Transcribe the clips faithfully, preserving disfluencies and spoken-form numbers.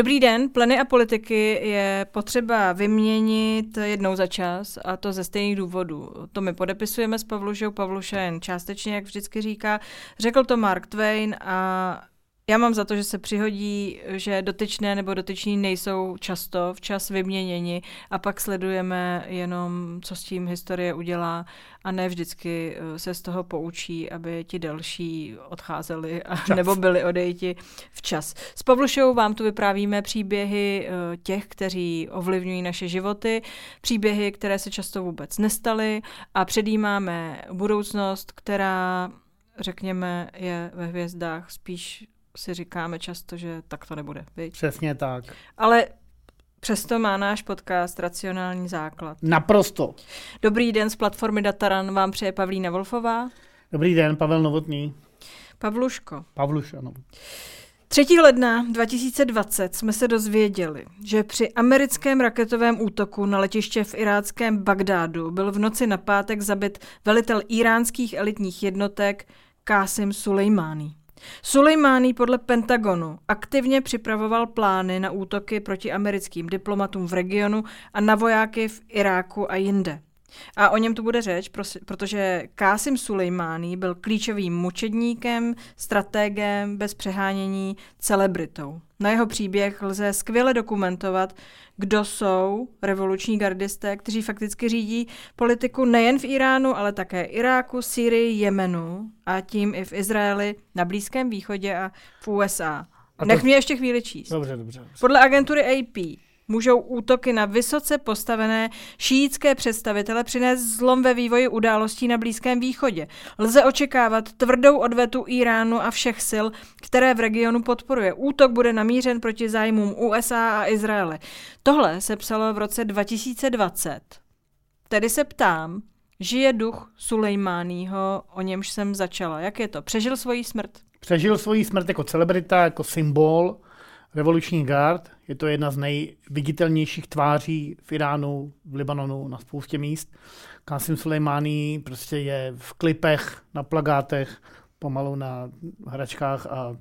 Dobrý den, pleny a politiky je potřeba vyměnit jednou za čas a to ze stejných důvodů. To my podepisujeme s Pavlušou, Pavluša jen částečně, jak vždycky říká. Řekl to Mark Twain a já mám za to, že se přihodí, že dotyčné nebo dotyční nejsou často včas vyměněni a pak sledujeme jenom, co s tím historie udělá a ne vždycky se z toho poučí, aby ti další odcházeli a, nebo byli odejti včas. S Pavlušou vám tu vyprávíme příběhy těch, kteří ovlivňují naše životy, příběhy, které se často vůbec nestaly a předjímáme budoucnost, která, řekněme, je ve hvězdách, spíš si říkáme často, že tak to nebude. Viď? Přesně tak. Ale přesto má náš podcast racionální základ. Naprosto. Dobrý den z platformy Dataran vám přeje Pavlína Wolfová. Dobrý den, Pavel Novotný. Pavluško. Pavluš, ano. třetího ledna dva tisíce dvacet jsme se dozvěděli, že při americkém raketovém útoku na letiště v iráckém Bagdádu byl v noci na pátek zabit velitel íránských elitních jednotek Kásim Sulejmání. Sulejmání podle Pentagonu aktivně připravoval plány na útoky proti americkým diplomatům v regionu a na vojáky v Iráku a jinde. A o něm tu bude řeč, protože Kásim Sulejmání byl klíčovým mučedníkem, stratégem, bez přehánění, celebritou. Na jeho příběh lze skvěle dokumentovat, kdo jsou revoluční gardisté, kteří fakticky řídí politiku nejen v Iránu, ale také Iráku, Sýrii, Jemenu a tím i v Izraeli, na Blízkém východě a v U S A. A to... Nech mě ještě chvíli číst. Dobře, dobře. Podle agentury A P můžou útoky na vysoce postavené šíitské představitele přinést zlom ve vývoji událostí na Blízkém východě. Lze očekávat tvrdou odvetu Iránu a všech sil, které v regionu podporuje. Útok bude namířen proti zájmům U S A a Izraele. Tohle se psalo v roce dva tisíce dvacet. Tedy se ptám, žije duch Sulejmáního, o němž jsem začala. Jak je to? Přežil svoji smrt? Přežil svoji smrt jako celebrita, jako symbol revoluční gard. Je to jedna z nejviditelnějších tváří v Iránu, v Libanonu, na spoustě míst. Kásim Sulejmání prostě je v klipech, na plakátech, pomalu na hračkách a,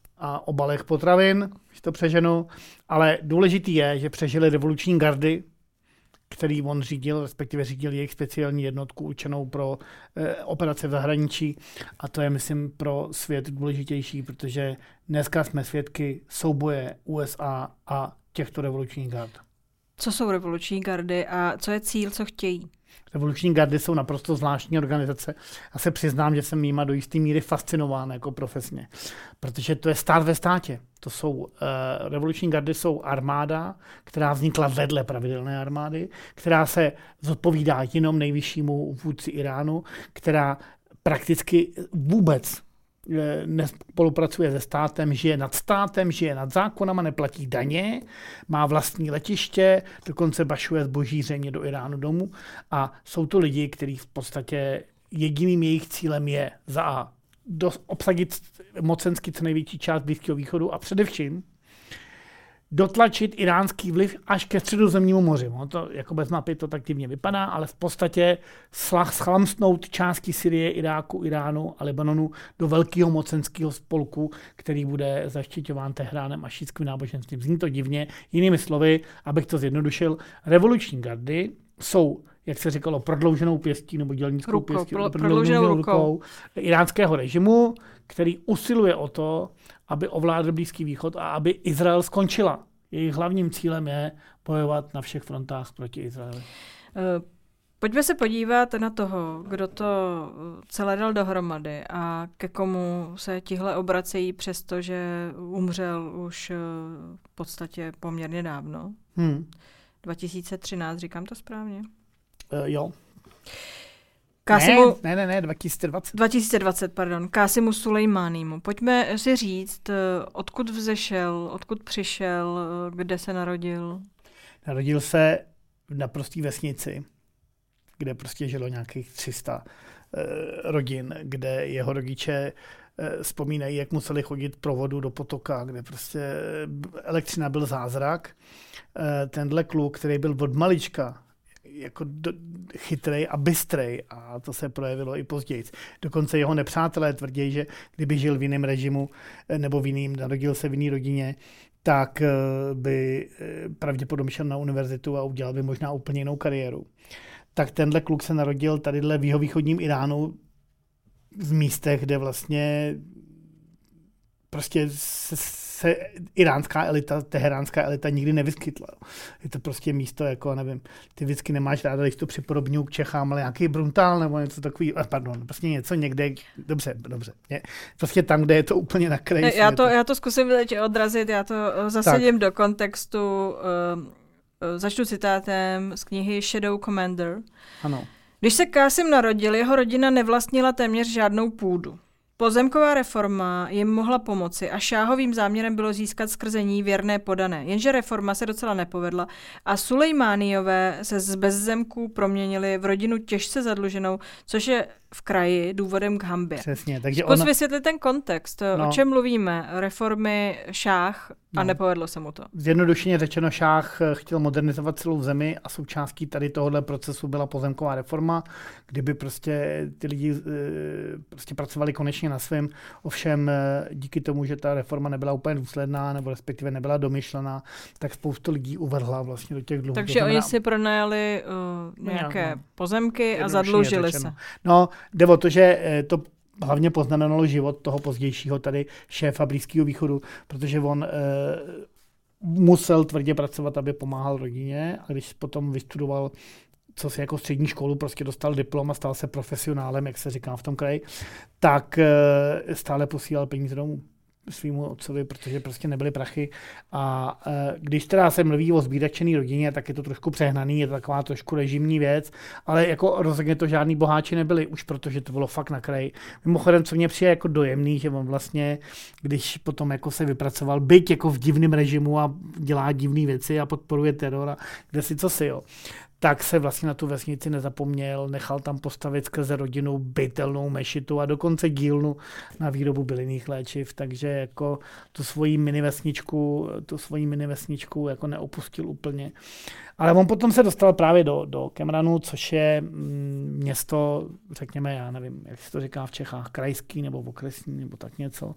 a obalech potravin, když to přeženu. Ale důležitý je, že přežili revoluční gardy, který on řídil, respektive řídil jejich speciální jednotku určenou pro eh, operace v zahraničí. A to je, myslím, pro svět důležitější, protože dneska jsme svědky souboje U S A a těchto revolučních gard. Co jsou revoluční gardy a co je cíl, co chtějí? Revoluční gardy jsou naprosto zvláštní organizace. Já se přiznám, že jsem jima do jisté míry fascinován jako profesně, protože to je stát ve státě. To jsou, uh, revoluční gardy jsou armáda, která vznikla vedle pravidelné armády, která se zodpovídá jenom nejvyššímu vůdci Iránu, která prakticky vůbec nespolupracuje se státem, žije nad státem, žije nad zákonama, neplatí daně, má vlastní letiště, dokonce bašuje zboží zřejmě do Iránu domů a jsou to lidi, kteří v podstatě jediným jejich cílem je za A obsadit mocensky co největší část Blízkého východu a především dotlačit iránský vliv až ke Středozemnímu moři. No to jako bez mapy to tak divně vypadá, ale v podstatě schlamstnout části Syrie, Iráku, Iránu a Libanonu do velkého mocenského spolku, který bude zaštiťován Tehránem a šítským náboženstvím. Zní to divně. Jinými slovy, abych to zjednodušil, revoluční gardy jsou, jak se říkalo, prodlouženou pěstí nebo dělnickou rukou, pěstí, pro, prodlouženou rukou. rukou iránského režimu, který usiluje o to, aby ovládl Blízký východ a aby Izrael skončila. Jejich hlavním cílem je bojovat na všech frontách proti Izraeli. Pojďme se podívat na toho, kdo to celé dal dohromady a ke komu se tihle obracejí, přestože umřel už v podstatě poměrně dávno. Hmm. dva tisíce třináct, říkám to správně? Uh, jo. Kásimu, ne, ne, ne, dva tisíce dvacet. dva tisíce dvacet, pardon, Kásimu Sulejmánímu. Pojďme si říct, odkud vzešel, odkud přišel, kde se narodil. Narodil se v naprostý vesnici, kde prostě žilo nějakých tři sta eh, rodin, kde jeho rodiče eh, vzpomínají, jak museli chodit pro vodu do potoka, kde prostě elektřina byl zázrak. Eh, tenhle kluk, který byl od malička jako do, chytrej a bystrej a to se projevilo i později. Dokonce jeho nepřátelé tvrdí, že kdyby žil v jiném režimu nebo v jiným, narodil se v jiné rodině, tak by pravděpodobně šel na univerzitu a udělal by možná úplně jinou kariéru. Tak tenhle kluk se narodil tadyhle v jihovýchodním Iránu v místech, kde vlastně prostě se, se iránská elita, teheránská elita nikdy nevyskytla. Je to prostě místo, jako nevím, ty vždycky nemáš ráda, když to připodobňuji k Čechám, ale nějaký Bruntál nebo něco takový, pardon, prostě něco někde, dobře, dobře, ne, prostě tam, kde je to úplně na kraji. Já to, já to zkusím teď odrazit, já to zasadím tak do kontextu, uh, začnu citátem z knihy Shadow Commander. Ano. Když se Kásim narodil, jeho rodina nevlastnila téměř žádnou půdu. Pozemková reforma jim mohla pomoci a šáhovým záměrem bylo získat skrze ní věrné podané. Jenže reforma se docela nepovedla a Sulejmániové se z bezzemků proměnili v rodinu těžce zadluženou, což je v kraji důvodem k hanbě. Přesně. Takže Zkus ona... vysvětlit ten kontext. No. O čem mluvíme? Reformy šáh a no. nepovedlo se mu to. Zjednodušeně řečeno, šáh chtěl modernizovat celou zemi a součástí tady tohohle procesu byla pozemková reforma, kdyby prostě ty lidi prostě pracovali konečně na svém. Ovšem díky tomu, že ta reforma nebyla úplně důsledná, nebo respektive nebyla domyšlená, tak spoustu lidí uvrhla vlastně do těch dluhů. Takže to znamená, oni si pronajali uh, nějaké no, pozemky a zadlužili se. No, jde o to, že to hlavně poznamenalo život toho pozdějšího tady šéfa Blízkého východu, protože on e, musel tvrdě pracovat, aby pomáhal rodině a když potom vystudoval co si jako střední školu, prostě dostal diplom a stal se profesionálem, jak se říká v tom kraji, tak e, stále posílal peníze domů svýmu otcovi, protože prostě nebyly prachy. A e, když teda se mluví o zbídačený rodině, tak je to trošku přehnaný, je to taková trošku režimní věc, ale jako rozhodně to žádný boháči nebyli, už protože to bylo fakt na kraji. Mimochodem, co mě přijde jako dojemný, že on vlastně, když potom jako se vypracoval, byť jako v divném režimu a dělá divné věci a podporuje teror a kde si co si, jo, tak se vlastně na tu vesnici nezapomněl, nechal tam postavit skrze rodinu bytelnou mešitu a dokonce dílnu na výrobu bylinných léčiv, takže jako tu svoji minivesničku, tu svoji minivesničku jako neopustil úplně. Ale on potom se dostal právě do, do Kemranu, což je město, řekněme, já nevím, jak se to říká v Čechách, krajský nebo okresní nebo tak něco.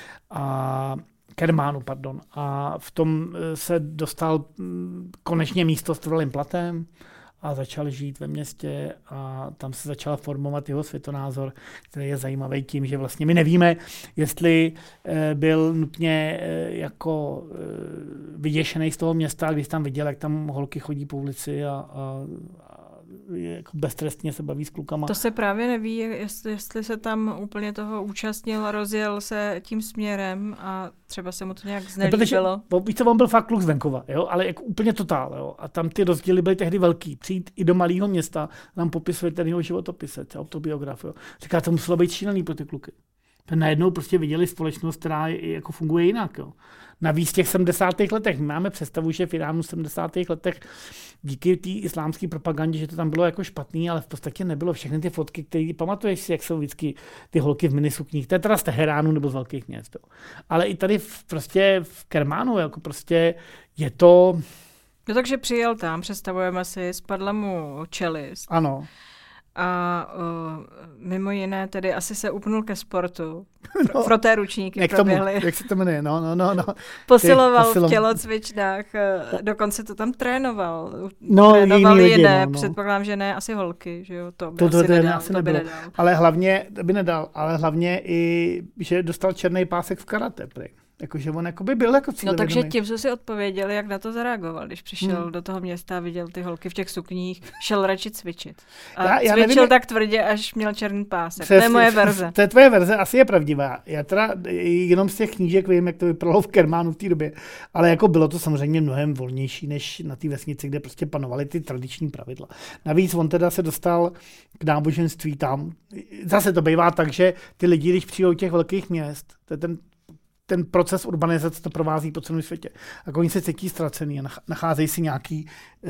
A Kermánu, pardon. A v tom se dostal konečně místo s trvalým platem a začal žít ve městě a tam se začal formovat jeho světonázor, který je zajímavý tím, že vlastně my nevíme, jestli byl nutně jako vyděšený z toho města, když tam viděl, jak tam holky chodí po ulici a, a, a jako beztrestně se baví s klukama. To se právě neví, jestli, jestli se tam úplně toho účastnil a rozjel se tím směrem a třeba se mu to nějak znelíbilo. No, víš co, on byl fakt kluk z venkova, jo? Ale jako úplně totál. Jo? A tam ty rozdíly byly tehdy velký. Přijít i do malého města, nám popisuje ten jeho životopise, autobiograf. Jo? Říká, to muselo být šílený pro ty kluky. Najednou prostě viděli společnost, která jako funguje jinak. Jo. Navíc v těch sedmdesátých letech, my máme představu, že v Iránu v sedmdesátých letech díky té islámské propagandě, že to tam bylo jako špatný, ale v podstatě nebylo. Všechny ty fotky, které pamatuješ si, jak jsou vždycky ty holky v minisukních, to je teda z Teheránu nebo z velkých měst. Jo. Ale i tady v, prostě v Kermánu, jako prostě je to... No takže přijel tam, představujeme si, spadla mu čelist. Ano. A uh, mimo jiné tedy asi se upnul ke sportu. No, froté ručníky tomu, proběhly. Jak se to jmenuje? No, no, no, no. Posiloval v tělocvičnách, dokonce to tam trénoval. No, trénoval jiný jiné, lidi, no, no. Předpokládám, že ne asi holky, že jo, to by to, asi, to, to nedal, asi to by nebylo. nedal. Ale hlavně, by nedal, ale hlavně i, že dostal černý pásek v karate, prej. Jakože on jako by byl jako cílevědomý. No takže tím, co si odpověděli, jak na to zareagoval, když přišel hmm. do toho města a viděl ty holky v těch sukních, šel radši cvičit. A já, já cvičil nevím, tak tvrdě, až měl černý pásek. Přesně, to je moje verze. To je tvoje verze, asi je pravdivá. Já teda jenom z těch knížek vím, jak to vypadalo v Kermánu v té době, ale jako bylo to samozřejmě mnohem volnější, než na té vesnici, kde prostě panovaly ty tradiční pravidla. Navíc on teda se dostal k náboženství tam. Zase to bývá tak, že ty lidi, když přijdou do těch velkých měst, to je ten ten proces urbanizace to provází po celém světě. A oni se cítí ztracený a nacházejí si nějaký,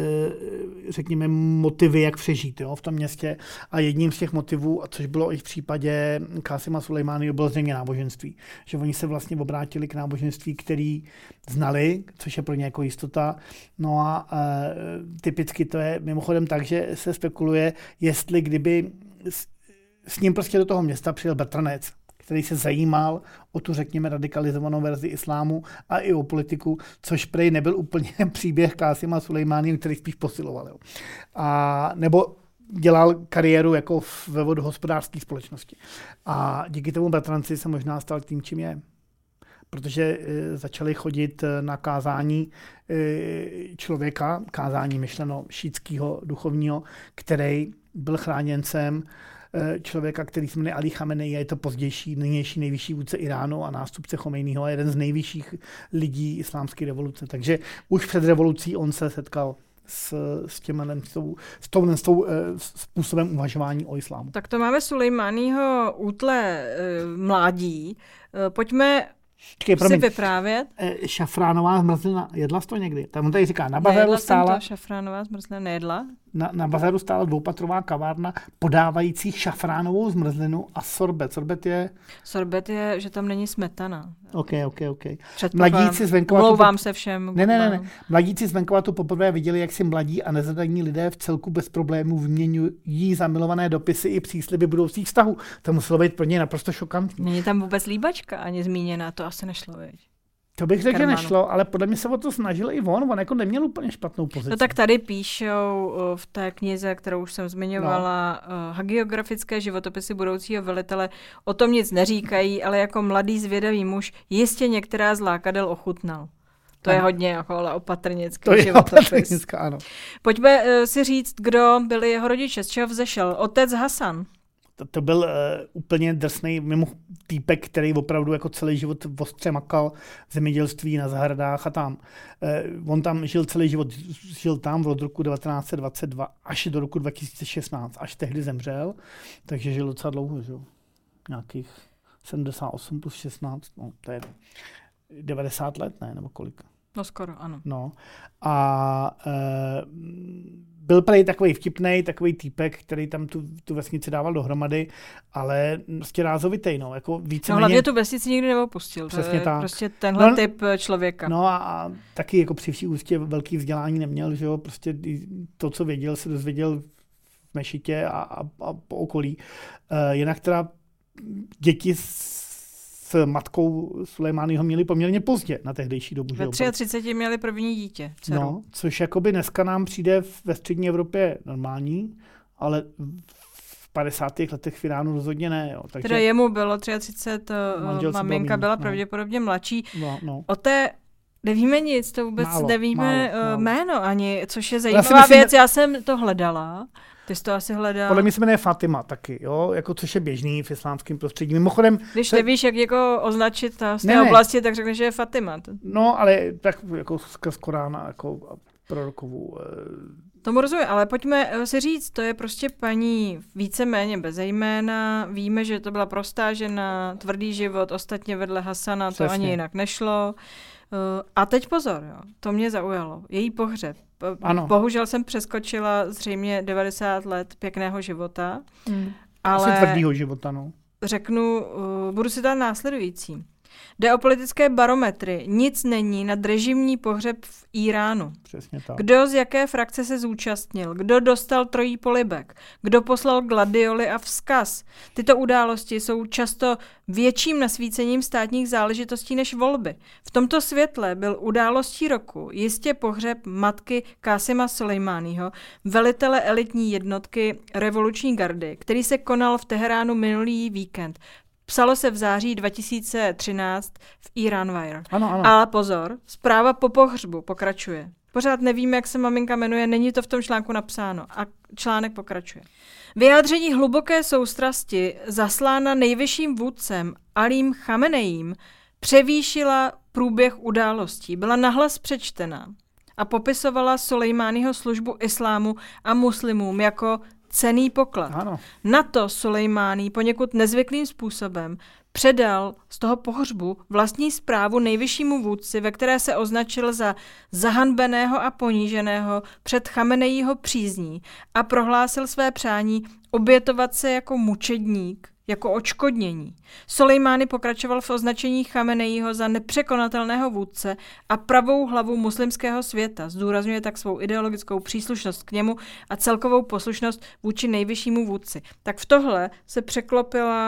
řekněme, motivy, jak přežít, jo, v tom městě. A jedním z těch motivů, což bylo i v případě Kásima Sulejmáního, bylo zřejmě náboženství. Že oni se vlastně obrátili k náboženství, který znali, což je pro ně jako jistota. No a e, typicky to je mimochodem tak, že se spekuluje, jestli kdyby s, s ním prostě do toho města přijel bratranec, který se zajímal o tu, řekněme, radikalizovanou verzi islámu a i o politiku, což prej nebyl úplně příběh Kásima Sulejmáního, který spíš posiloval. Jo. A nebo dělal kariéru jako ve vodohospodářské společnosti. A díky tomu bratranci se možná stal tím, čím je. Protože e, začali chodit na kázání e, člověka, kázání myšleno šítského duchovního, který byl chráněncem e, člověka, který se jmenuje Ali Chamenei, je to pozdější, nynější nejvyšší vůdce Iránu a nástupce Chomejního a jeden z nejvyšších lidí islámské revoluce. Takže už před revolucí on se setkal s, s tím s tou, s tou, způsobem uvažování o islámu. Tak to máme Sulejmáního útle e, mládí. E, pojďme Čekej, si vyprávět. E, šafránová zmrzlina, jedla jsi to někdy? Tam on tady říká, na bazaru stála... Nejedla jsem to, šafránová zmrzlina nejedla. Na, na bazaru stála dvoupatrová kavárna podávající šafránovou zmrzlinu a sorbet. Sorbet je... Sorbet je, že tam není smetana. OK, OK, OK. Mladíci z venkova... Mlouvám se všem. Ne, ne, ne, ne. Mladíci z venkova to poprvé viděli, jak si mladí a nezadaní lidé v celku bez problémů vyměňují zamilované dopisy i přísliby budoucích vztahů. To muselo být pro něj naprosto šokantní. Není tam vůbec líbačka ani zmíněná, to asi nešlo, viď? To bych řekl, že nešlo, ale podle mě se o to snažil i on. On jako neměl úplně špatnou pozici. No tak tady píšou v té knize, kterou už jsem zmiňovala, no. Hagiografické životopisy budoucího velitele o tom nic neříkají, ale jako mladý zvědavý muž jistě některá z lákadel ochutnal. To ano. Je hodně jako ale opatrnický to životopis. Je ano. Pojďme uh, si říct, kdo byli jeho rodiče, z čeho vzešel. Otec Hasan. To, to byl uh, úplně drsný mimo týpek, který opravdu jako celý život ostře makal v zemědělství na zahradách a tam. Uh, on tam žil celý život, žil tam od roku devatenáct set dvacet dva až do roku dva tisíce šestnáct, až tehdy zemřel, takže žil docela dlouho, že? Nějakých sedmdesát osm plus šestnáct, no to je devadesát let, ne, nebo kolik? No skoro, ano. No a uh, byl prej takový vtipnej, takový týpek, který tam tu, tu vesnici dával dohromady, ale prostě rázovitej, no, jako více No hlavně tu vesnici nikdy neopustil, to je tak. Prostě tenhle no, typ člověka. No a, a taky jako při vší úctě velký vzdělání neměl, že jo, prostě to, co věděl, se dozvěděl v mešitě a, a, a po okolí. Uh, jinak teda děti s matkou Sulejmáního měli poměrně pozdě na tehdejší dobu. Ve třiceti třech měli první dítě, dceru. No, což jakoby dneska nám přijde ve střední Evropě normální, ale v padesátých letech v Iránu rozhodně ne. Jo. Takže teda jemu bylo třicet tři, maminka byla no. pravděpodobně mladší. No, no. O té nevíme nic, to vůbec málo, nevíme málo, málo. jméno ani, což je zajímavá já myslím, věc. Já jsem to hledala. Ty jsi to asi hledal. Podle mě se jmenuje Fatima taky, jo, jako což je běžný v islámském prostředí. Mimochodem... Když se... nevíš, jak jako označit ta, z té ne, oblasti, tak řekneš, že je Fatima. No, ale tak jako skrz Korána, jako prorokovou... Tomu rozumím, ale pojďme si říct, to je prostě paní víceméně bez jména, víme, že to byla prostá žena, tvrdý život, ostatně vedle Hasana to Přesně. ani jinak nešlo. A teď pozor, jo, to mě zaujalo, její pohřeb. Ano. Bohužel jsem přeskočila zřejmě devadesát let pěkného života, hmm. ale asi tvrdýho života, no. Řeknu, uh, budu si dát následující. Jde o politické barometry. Nic není nad režimní pohřeb v Iránu. Přesně tak. Kdo z jaké frakce se zúčastnil? Kdo dostal trojí polibek? Kdo poslal gladioly a vzkaz? Tyto události jsou často větším nasvícením státních záležitostí než volby. V tomto světle byl událostí roku jistě pohřeb matky Kásima Sulejmáního, velitele elitní jednotky revoluční gardy, který se konal v Teheránu minulý víkend. Psalo se v září dva tisíce třináct v Iranwire. Ano, ano. Ale pozor, zpráva po pohřbu pokračuje. Pořád nevíme, jak se maminka jmenuje, není to v tom článku napsáno. A článek pokračuje. Vyjádření hluboké soustrasti zaslána nejvyšším vůdcem Alím Chameneím převýšila průběh událostí. Byla nahlas přečtena a popisovala Sulejmáního službu islámu a muslimům jako cenný poklad. Ano. Na to Sulejmání poněkud nezvyklým způsobem předal z toho pohřbu vlastní zprávu nejvyššímu vůdci, ve které se označil za zahanbeného a poníženého před Chameneího přízní a prohlásil své přání obětovat se jako mučedník, jako odškodnění. Sulejmány pokračoval v označení Chameneího za nepřekonatelného vůdce a pravou hlavu muslimského světa. Zdůrazňuje tak svou ideologickou příslušnost k němu a celkovou poslušnost vůči nejvyššímu vůdci. Tak v tohle se překlopila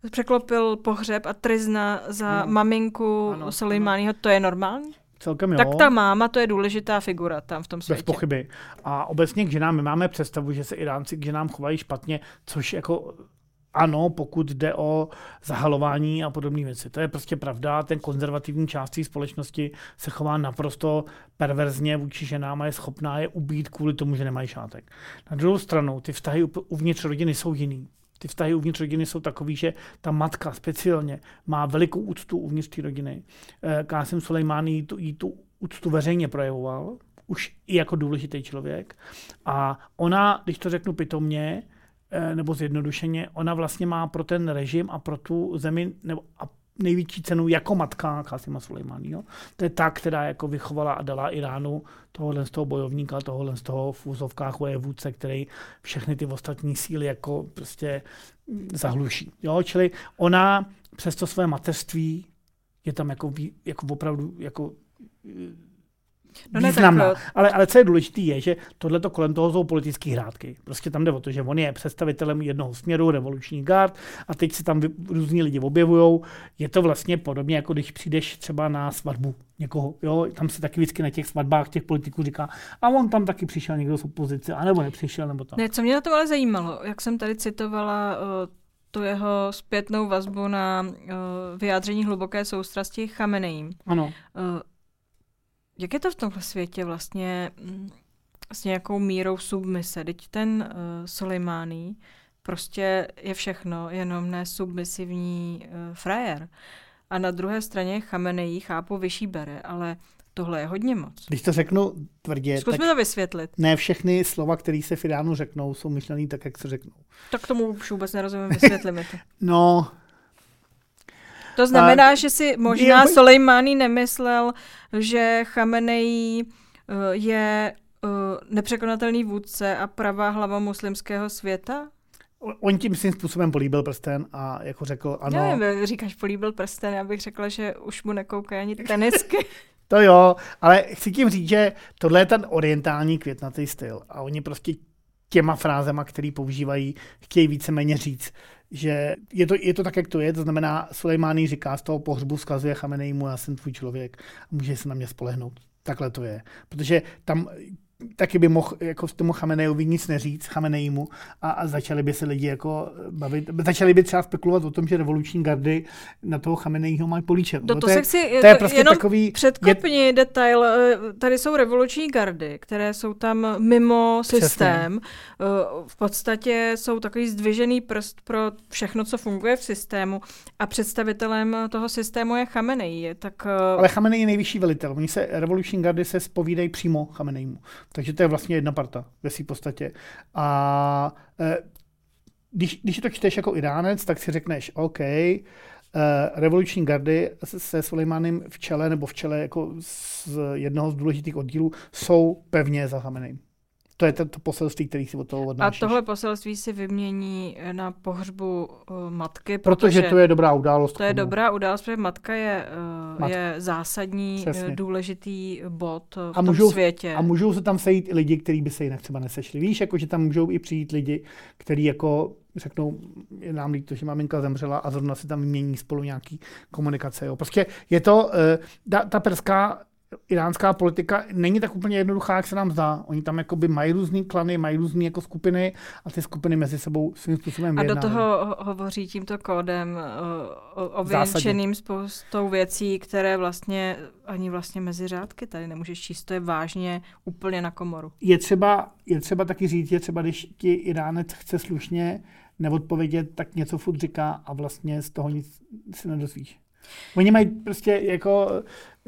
překlopil pohřeb a tryzna za ano. maminku Ano, Sulejmáního, to je normální? Celkem jo. Tak ta máma, to je důležitá figura tam v tom světě. Bez pochyby. A obecně k ženám, my máme představu, že se Iránci k ženám chovají špatně, což jako ano, pokud jde o zahalování a podobné věci. To je prostě pravda. Ten konzervativní část společnosti se chová naprosto perverzně vůči ženám a je schopná je ubít kvůli tomu, že nemají šátek. Na druhou stranu, ty vztahy uvnitř rodiny jsou jiný. Ty vztahy uvnitř rodiny jsou takový, že ta matka speciálně má velikou úctu uvnitř té rodiny. Kásim Sulejmáni jí tu, jí tu úctu veřejně projevoval, už i jako důležitý člověk. A ona, když to řeknu pitomně, nebo zjednodušeně, ona vlastně má pro ten režim a pro tu zemi nebo a největší cenu jako matka Kásima Sulejmáního. To je ta, která jako vychovala a dala Iránu tohohle z toho bojovníka, tohohle z toho v úzovkách vojevůdce, který všechny ty ostatní síly jako prostě zahluší. Jo? Čili ona přes to své mateřství je tam jako, jako opravdu jako No významná. Ne, ale, ale co je důležité, je, že tohleto kolem toho jsou politické hrátky. Prostě tam jde o to, že on je představitelem jednoho směru, revoluční gard, a teď se tam různí lidi objevujou. Je to vlastně podobně, jako když přijdeš třeba na svatbu někoho. Jo? Tam se taky vždycky na těch svatbách těch politiků říká, a on tam taky přišel někdo z opozice, anebo nepřišel, nebo tak. Ne, co mě na tom ale zajímalo, jak jsem tady citovala uh, tu jeho zpětnou vazbu na uh, vyjádření hluboké soustrasti Chameneím. Ano. Uh, Jak je to v tomhle světě vlastně s nějakou mírou submise? Teď ten uh, Sulejmáni prostě je všechno, jenom ne submisivní uh, frajer. A na druhé straně Chameneí, chápu, vyšší bere, ale tohle je hodně moc. Když to řeknu tvrdě, Zkus mi to vysvětlit. Ne všechny slova, které se v Iránu řeknou, jsou myšlený tak, jak se řeknou. Tak tomu už vůbec nerozumím, vysvětli mi to. No... To znamená, a, že si možná je, Sulejmáni nemyslel, že Chameneí uh, je uh, nepřekonatelný vůdce a pravá hlava muslimského světa? On tím svým způsobem políbil prsten a jako řekl ano. Já nevím, říkáš políbil prsten, já bych řekla, že už mu nekoukají ani tenisky. To jo, ale chci tím říct, že tohle je ten orientální květnatý styl a oni prostě těma frázema, který používají, chtějí víceméně říct, že je to, je to tak, jak to je, to znamená, Sulejmáni říká z toho pohřbu, vzkazuje Chameneímu, já jsem tvůj člověk a může se na mě spolehnout. Takhle to je. Protože tam taky by mohl jako tomu Chamenejovi nic neříct, Chameneímu, a, a začali by se lidi jako bavit, začali by třeba spekulovat o tom, že revoluční gardy na toho Chameneího mají políček. Do no, to, to, je, chci, to je prostě jenom takový... Předkopni je... detail, tady jsou revoluční gardy, které jsou tam mimo systém. Přesně. V podstatě jsou takový zdvižený prst pro všechno, co funguje v systému a představitelem toho systému je Chameneí. Tak... Ale Chameneí je nejvyšší velitel. Oni se, revoluční gardy se zpovídají přímo Chameneímu. Takže to je vlastně jedna parta ve své podstatě. A e, když, když to čteš jako Iránec, tak si řekneš, OK, e, revoluční gardy se, se Sulejmánem v čele nebo v čele jako z jednoho z důležitých oddílů jsou pevně za Chameneím. To je to, to poselství, který si od toho odnášíš. A tohle poselství si vymění na pohřbu uh, matky, protože, protože to je dobrá událost. To je dobrá událost, protože matka je, uh, matka. je zásadní, Přesně. důležitý bod v a tom můžou, světě. A můžou se tam sejít i lidi, kteří by se jinak třeba nesešli. Víš, jako, že tam můžou i přijít lidi, kteří jako řeknou, je nám líto, že maminka zemřela a zrovna se tam vymění spolu nějaký komunikace. Jo. Prostě je to, uh, ta, ta perská iránská politika není tak úplně jednoduchá, jak se nám zdá. Oni tam jakoby mají různý klany, mají různý jako skupiny a ty skupiny mezi sebou svým způsobem vyjednávají. A do toho hovoří tímto kódem ověnčeným spoustou věcí, které vlastně ani vlastně mezi řádky tady nemůžeš číst. To je vážně úplně na komoru. Je třeba, je třeba taky říct, že třeba když ti Iránec chce slušně neodpovědět, tak něco furt říká a vlastně z toho nic si nedozvíš. Oni mají prostě jako,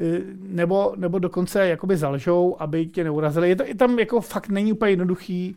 nebo, nebo dokonce jakoby zalžou, aby tě neurazili. Je to, je tam jako fakt není úplně jednoduchý.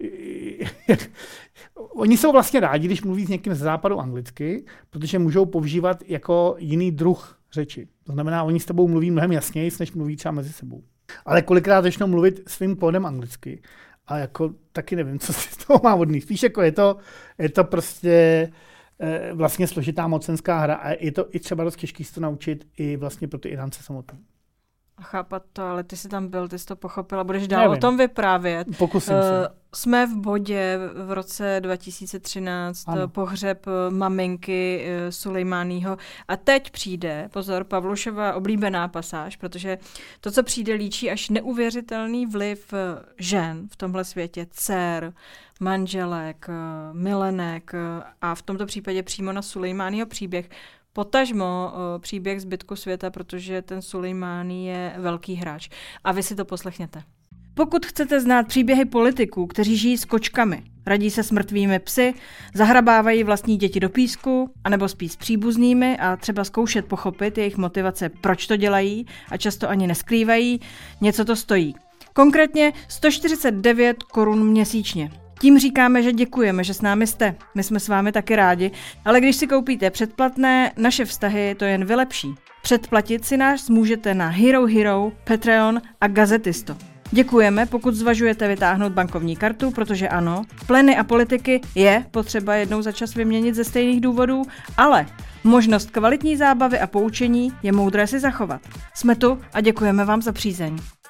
Oni jsou vlastně rádi, když mluví s někým ze západu anglicky, protože můžou používat jako jiný druh řeči. To znamená, oni s tebou mluví mnohem jasněji, než mluví třeba mezi sebou. Ale kolikrát začnou mluvit svým kódem anglicky. A jako taky nevím, co si z toho má vodný. Spíš jako je to, je to prostě vlastně složitá mocenská hra a je to i třeba dost těžký se to naučit i vlastně pro ty Iránce samotné. chápat to, ale ty jsi tam byl, ty jsi to pochopil a budeš dál Nevím. o tom vyprávět. Pokusím uh, se. Jsme v bodě v roce dva tisíce třináct, ano. Pohřeb maminky uh, Sulejmáního a teď přijde, pozor, Pavlušova oblíbená pasáž, protože to, co přijde, líčí až neuvěřitelný vliv žen v tomhle světě, dcer, manželek, milenek a v tomto případě přímo na Sulejmáního příběh. Potažmo příběh zbytku světa, protože ten Sulejmání je velký hráč. A vy si to poslechněte. Pokud chcete znát příběhy politiků, kteří žijí s kočkami, radí se s mrtvými psy, zahrabávají vlastní děti do písku, anebo spí s příbuznými a třeba zkoušet pochopit jejich motivace, proč to dělají a často ani neskrývají, něco to stojí. Konkrétně sto čtyřicet devět korun měsíčně. Tím říkáme, že děkujeme, že s námi jste. My jsme s vámi taky rádi, ale když si koupíte předplatné, naše vztahy to jen vylepší. Předplatit si nás můžete na Hero Hero, Patreon a Gazetisto. Děkujeme, pokud zvažujete vytáhnout bankovní kartu, protože ano, pleny a politiky je potřeba jednou za čas vyměnit ze stejných důvodů, ale možnost kvalitní zábavy a poučení je moudré si zachovat. Jsme tu a děkujeme vám za přízeň.